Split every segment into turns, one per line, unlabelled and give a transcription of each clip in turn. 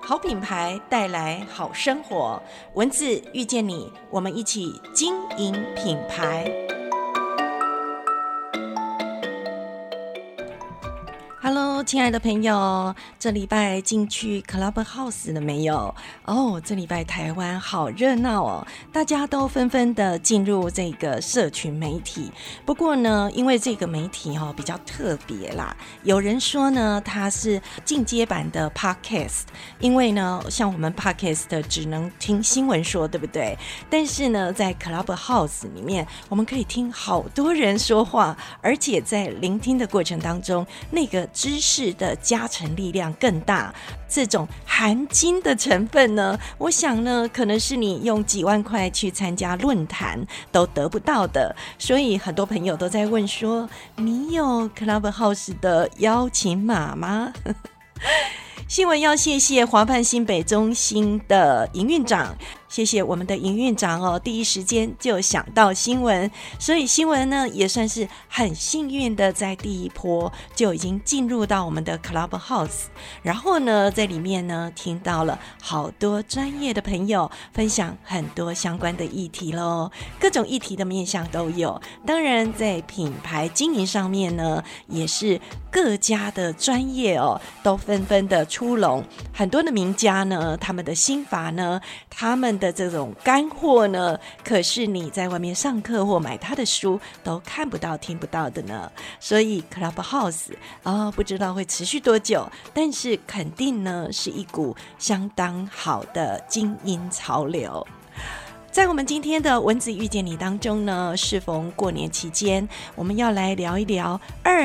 好品牌带来好生活，文字遇见你，我们一起经营品牌。Hello， 亲爱的朋友，这礼拜进去 Clubhouse 了没有？这礼拜台湾好热闹哦，大家都纷纷的进入这个社群媒体。不过呢，因为这个媒体比较特别啦，有人说呢，它是进阶版的 Podcast， 因为呢，像我们 Podcast 只能听新闻说，对不对？但是呢，在 Clubhouse 里面，我们可以听好多人说话，而且在聆听的过程当中，那个知识的加成力量更大，这种含金的成分呢，我想呢，可能是你用几万块去参加论坛都得不到的。所以很多朋友都在问说，你有 Clubhouse 的邀请码吗？新闻要谢谢华梵新北中心的营运长，谢谢我们的营运长第一时间就想到新闻，所以新闻呢也算是很幸运的，在第一波就已经进入到我们的 Clubhouse， 然后呢在里面呢听到了好多专业的朋友分享很多相关的议题咯，各种议题的面向都有。当然在品牌经营上面呢，也是各家的专业都纷纷的出笼，很多的名家呢，他们的心法呢，他们的这种干货呢，可是你在外面上课或买他的书都看不到听不到的呢。所以 Clubhouse 不知道会持续多久，但是肯定呢是一股相当好的精英潮流。在我们今天的文字遇见你当中呢，适逢过年期间，我们要来聊一聊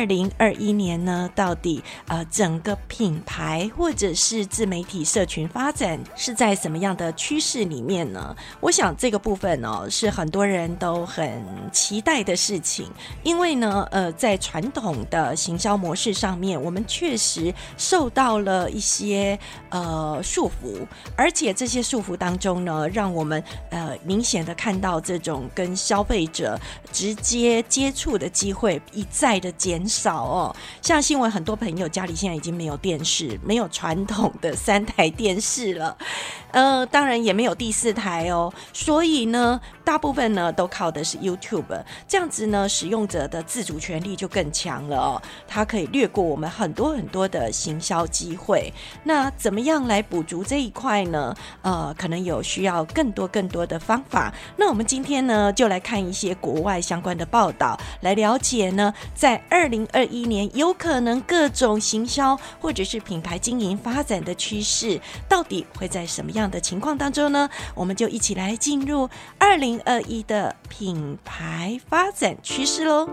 2021年呢，到底整个品牌或者是自媒体社群发展是在什么样的趋势里面呢？我想这个部分是很多人都很期待的事情，因为呢在传统的行销模式上面，我们确实受到了一些束缚，而且这些束缚当中呢，让我们明显的看到这种跟消费者直接接触的机会一再的减少像新闻很多朋友家里现在已经没有电视，没有传统的3台电视了，当然也没有第4台所以呢大部分呢都靠的是 YouTube， 这样子呢使用者的自主权利就更强了它可以略过我们很多很多的行销机会。那怎么样来补足这一块呢？可能有需要更多的方法。那我们今天呢就来看一些国外相关的报道，来了解呢在2021年有可能各种行销或者是品牌经营发展的趋势到底会在什么样的情况当中呢？我们就一起来进入2021的品牌发展趋势咯。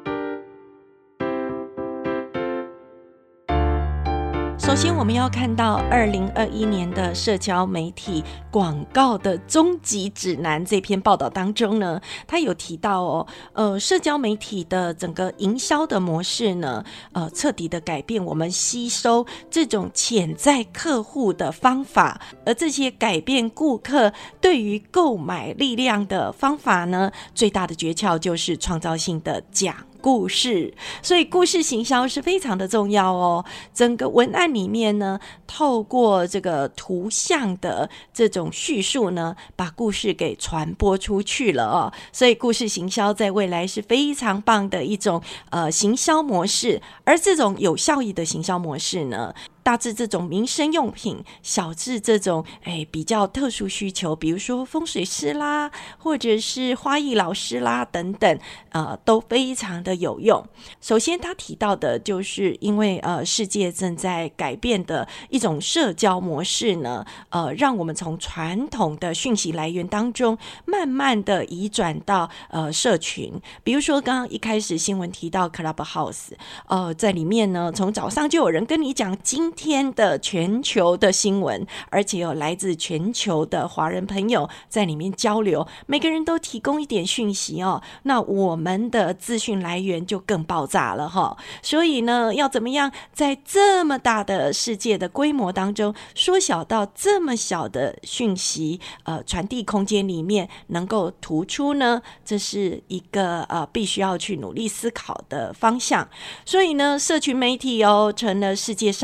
首先我们要看到2021年的社交媒体广告的终极指南这篇报道当中呢，他有提到社交媒体的整个营销的模式呢，彻底的改变我们吸收这种潜在客户的方法，而这些改变顾客对于购买力量的方法呢，最大的诀窍就是创造性的讲故事，所以故事行销是非常的重要整个文案里面呢，透过这个图像的这种叙述呢，把故事给传播出去了所以故事行销在未来是非常棒的一种行销模式，而这种有效益的行销模式呢，大至这种民生用品，小至这种比较特殊需求，比如说风水师啦，或者是花艺老师啦等等，都非常的有用。首先他提到的就是因为世界正在改变的一种社交模式呢，让我们从传统的讯息来源当中慢慢的移转到社群。比如说刚刚一开始新闻提到 Clubhouse， 在里面呢，从早上就有人跟你讲今天的全球的新闻，而且有来自全球的华人朋友在里面交流，每个人都提供一点讯息那我们的资讯来源就更爆炸了所以呢，要怎么样在这么大的世界的规模当中，缩小到这么小的讯息传递空间里面能够突出呢？这是一个必须要去努力思考的方向。所以呢，社群媒体成了世界上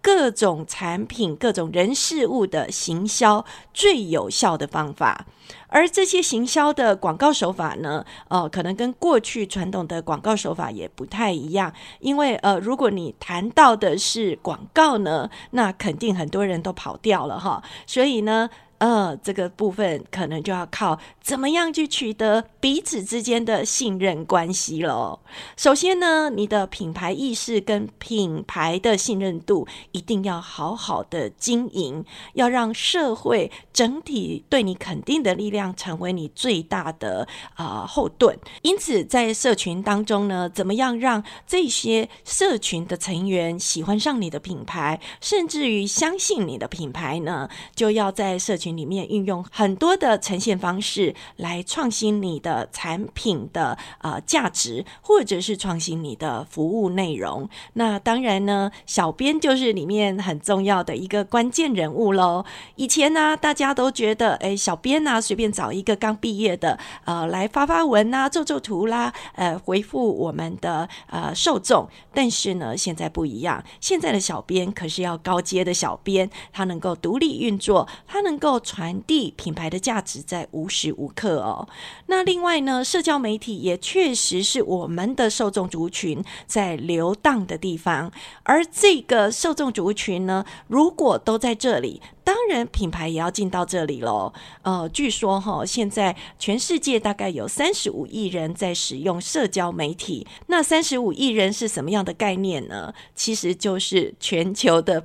各种产品、各种人事物的行销最有效的方法。而这些行销的广告手法呢，可能跟过去传统的广告手法也不太一样，因为如果你谈到的是广告呢，那肯定很多人都跑掉了哈，所以呢这个部分可能就要靠怎么样去取得彼此之间的信任关系咯。首先呢，你的品牌意识跟品牌的信任度一定要好好的经营，要让社会整体对你肯定的力量成为你最大的后盾。因此在社群当中呢，怎么样让这些社群的成员喜欢上你的品牌，甚至于相信你的品牌呢，就要在社群里面运用很多的呈现方式来创新你的产品的价值，或者是创新你的服务内容。那当然呢，小编就是里面很重要的一个关键人物咯。以前呢，大家都觉得小编啊，随便找一个刚毕业的来发文啊，做图啦，回复我们的受众。但是呢，现在不一样，现在的小编可是要高阶的小编，他能够独立运作，他能够传递品牌的价值在无时无刻哦。那另外呢，社交媒体也确实是我们的受众族群在流荡的地方，而这个受众族群呢，如果都在这里，当然品牌也要进到这里咯。据说现在全世界大概有35亿人在使用社交媒体。那35亿人是什么样的概念呢？其实就是全球的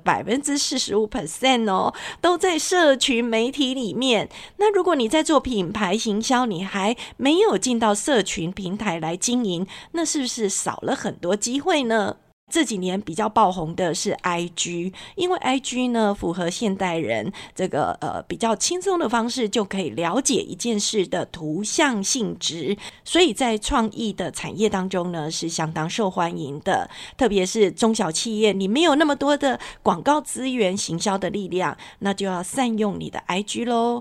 45% 哦，都在社群媒体里面。那如果你在做品牌行销，你还没有进到社群平台来经营，那是不是少了很多机会呢？这几年比较爆红的是 IG， 因为 IG 呢符合现代人这个比较轻松的方式就可以了解一件事的图像性质，所以在创意的产业当中呢是相当受欢迎的。特别是中小企业，你没有那么多的广告资源行销的力量，那就要善用你的 IG 咯。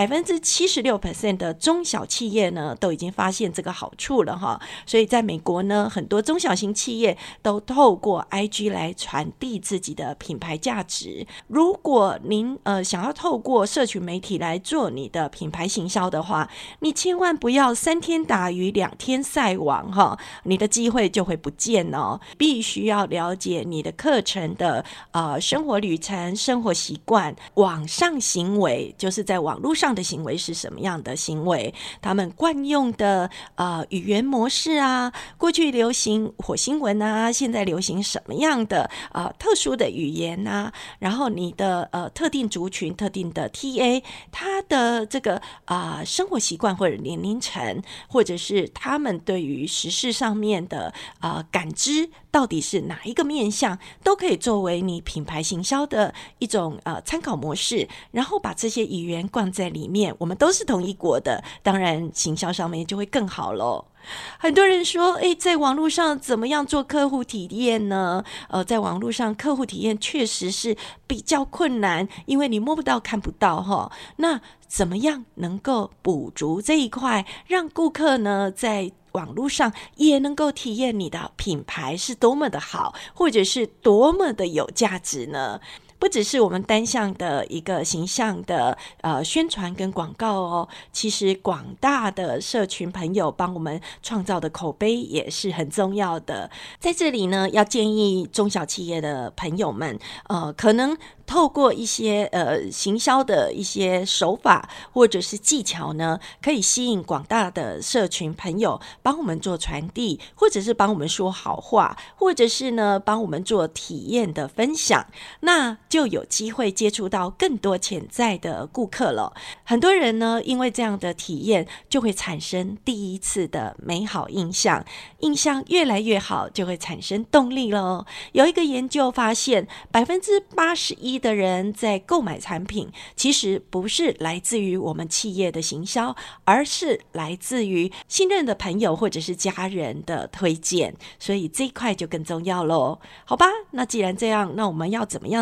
76% 的中小企业呢都已经发现这个好处了哈，所以在美国呢，很多中小型企业都透过 IG 来传递自己的品牌价值。如果您想要透过社群媒体来做你的品牌行销的话，你千万不要3天打鱼2天晒网哈，你的机会就会不见哦。必须要了解你的课程的生活旅程、生活习惯，网上行为就是在网络上的行为是什么样的行为，他们惯用的语言模式啊，过去流行火星文啊，现在流行什么样的特殊的语言啊，然后你的特定族群、特定的 TA， 他的这个生活习惯或者年龄层，或者是他们对于时事上面的感知到底是哪一个面向，都可以作为你品牌行销的一种参考模式，然后把这些语言灌在里面，我们都是同一国的，当然行销上面就会更好咯。很多人说在网络上怎么样做客户体验呢？在网络上客户体验确实是比较困难，因为你摸不到看不到齁。那怎么样能够补足这一块，让顾客呢在网络上也能够体验你的品牌是多么的好，或者是多么的有价值呢？不只是我们单向的一个形象的宣传跟广告哦，其实广大的社群朋友帮我们创造的口碑也是很重要的。在这里呢，要建议中小企业的朋友们可能透过一些行销的一些手法或者是技巧呢，可以吸引广大的社群朋友帮我们做传递，或者是帮我们说好话，或者是呢帮我们做体验的分享，那就有机会接触到更多潜在的顾客了。很多人呢因为这样的体验就会产生第一次的美好印象，印象越来越好就会产生动力了。有一个研究发现 81% 的人在购买产品其实不是来自于我们企业的行销，而是来自于信任的朋友或者是家人的推荐，所以这一块就更重要咯。好吧，那既然这样，那我们要怎么样在社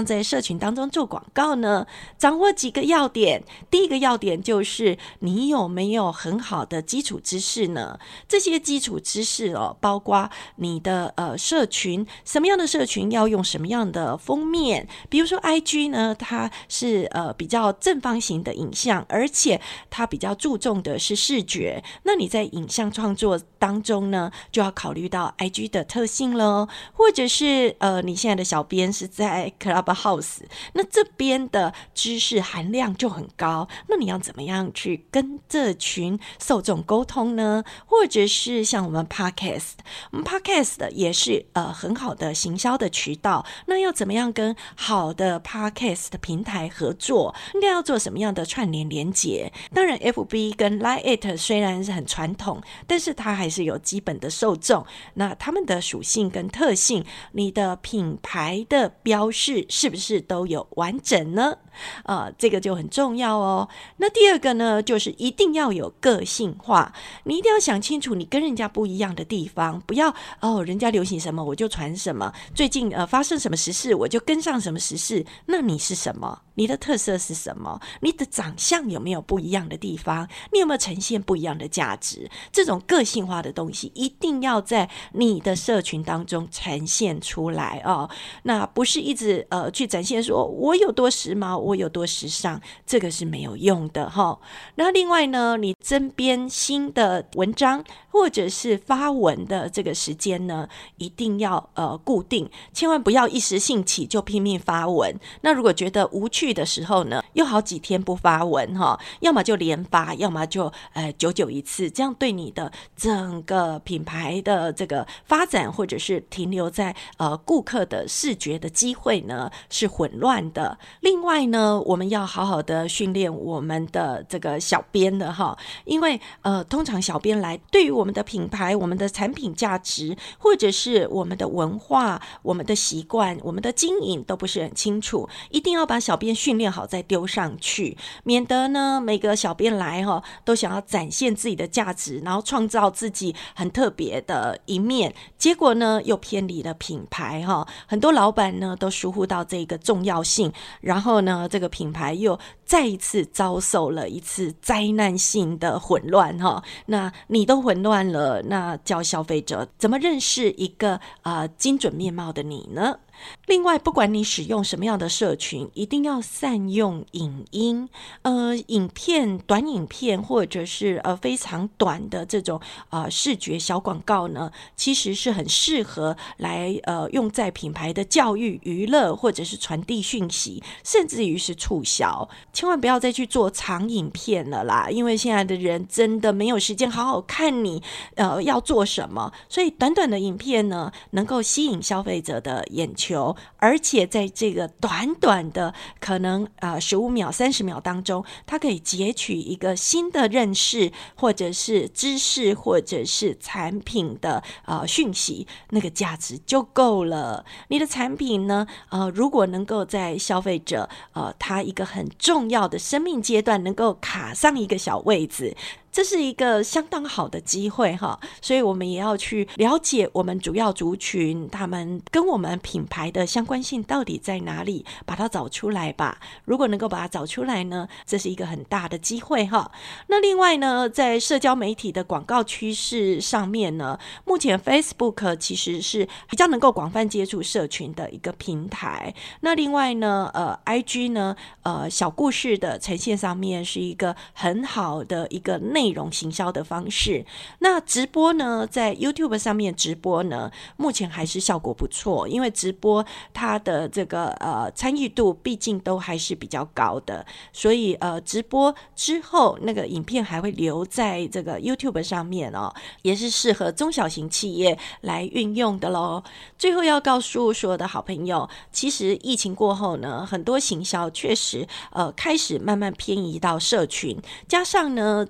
群当中做广告呢？掌握几个要点。第一个要点就是你有没有很好的基础知识呢？这些基础知识包括你的社群，什么样的社群要用什么样的封面。比如说 IG 呢，它是比较正方形的影像，而且它比较注重的是视觉。那你在影像创作当中呢，就要考虑到 IG 的特性咯，或者是你现在的小编是在 Clubhouse， 那这边的知识含量就很高，那你要怎么样去跟这群受众沟通呢？或者是像我们 Podcast 也是很好的行销的渠道，那要怎么样跟好的 Podcast 的平台合作？应该要做什么样的串联连结？当然 FB 跟 Line@ 虽然是很传统，但是它还是有基本的受众，那他们的属性跟特性，你的品牌的标示是不是都有完整呢？这个就很重要哦。那第二个呢，就是一定要有个性化，你一定要想清楚你跟人家不一样的地方，不要人家流行什么我就传什么，最近发生什么时事我就跟上什么时事。那你是什么？你的特色是什么？你的长相有没有不一样的地方？你有没有呈现不一样的价值？这种个性化的东西一定要在你的社群当中呈现出来哦。那不是一直去展现说我有多时髦，我有多时尚，这个是没有用的哈。那另外呢，你针编新的文章或者是发文的这个时间呢，一定要固定，千万不要一时兴起就拼命发文。那如果觉得无趣的时候呢，又好几天不发文哈，要么就连发，要么就久久一次，这样对你的整个品牌的这个发展或者是停留在顾客的视觉的机会呢是混乱的。另外呢，我们要好好的训练我们的这个小编的哈，因为通常小编来对于我们的品牌、我们的产品价值，或者是我们的文化、我们的习惯、我们的经营都不是很清楚，一定要把小编训练好再丢上去，免得呢每个小编来都想要展现自己的价值，然后创造自己很特别的一面，结果呢又偏离了品牌很多老板呢都疏忽到这个重要性，然后呢这个品牌又再一次遭受了一次灾难性的混乱那你都混乱了，那叫消费者怎么认识一个精准面貌的你呢？另外，不管你使用什么样的社群，一定要善用影音，影片、短影片或者是非常短的这种视觉小广告呢，其实是很适合来用在品牌的教育、娱乐或者是传递讯息，甚至于是促销。千万不要再去做长影片了啦，因为现在的人真的没有时间好好看你要做什么，所以短短的影片呢，能够吸引消费者的眼球。而且在这个短短的可能15秒30秒当中，它可以截取一个新的认识或者是知识或者是产品的讯息，那个价值就够了。你的产品呢如果能够在消费者他一个很重要的生命阶段能够卡上一个小位置，这是一个相当好的机会所以我们也要去了解我们主要族群他们跟我们品牌的相关性到底在哪里，把它找出来吧。如果能够把它找出来呢，这是一个很大的机会那另外呢，在社交媒体的广告趋势上面呢，目前 Facebook 其实是比较能够广泛接触社群的一个平台。那另外呢IG 呢小故事的呈现上面是一个很好的一个内容行销的方式。那直播呢，在 YouTube 上面直播呢，目前还是效果不错，因为直播它的这个参与度毕竟都还是比较高的，所以直播之后那个影片还会留在这个 YouTube 上面也是适合中小型企业来运用的咯。最后要告诉所有的好朋友，其实疫情过后呢，很多行销确实开始慢慢偏移到社群，加上呢这些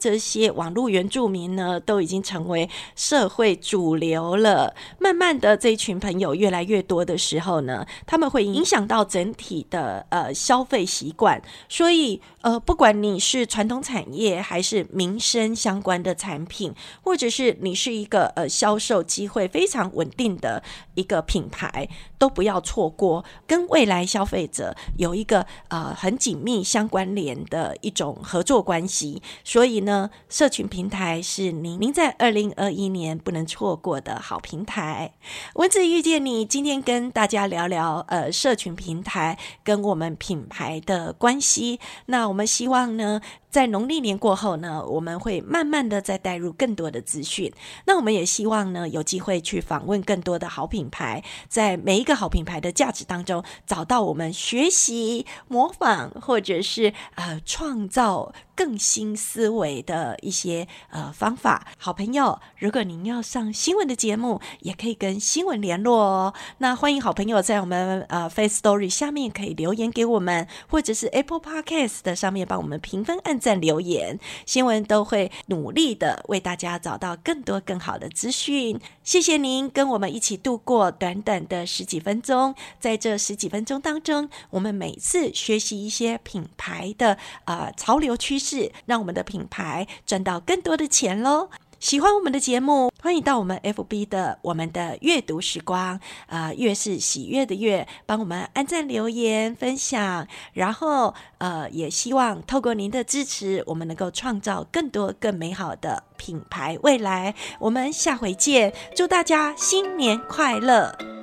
些网络原住民呢，都已经成为社会主流了。慢慢的，这一群朋友越来越多的时候呢，他们会影响到整体的消费习惯。所以不管你是传统产业还是民生相关的产品，或者是你是一个销售机会非常稳定的一个品牌，都不要错过跟未来消费者有一个很紧密相关联的一种合作关系。所以呢，社群平台是您在2021年不能错过的好平台。文字遇见你，今天跟大家聊聊社群平台跟我们品牌的关系。那我们希望呢，在农历年过后呢，我们会慢慢的再带入更多的资讯。那我们也希望呢，有机会去访问更多的好品牌，在每一个好品牌的价值当中，找到我们学习、模仿，或者是创造更新思维的一些方法。好朋友，如果您要上新闻的节目，也可以跟新闻联络哦。那欢迎好朋友在我们Firstory 下面可以留言给我们，或者是 Apple Podcast 的上面帮我们评分、按赞、留言。新闻都会努力的为大家找到更多更好的资讯。谢谢您跟我们一起度过短短的10几分钟，在这10几分钟当中，我们每次学习一些品牌的潮流趋势，让我们的品牌赚到更多的钱咯。喜欢我们的节目，欢迎到我们 FB 的我们的阅读时光，悦是喜悦的悦，帮我们按赞、留言、分享，然后也希望透过您的支持，我们能够创造更多更美好的品牌未来。我们下回见，祝大家新年快乐！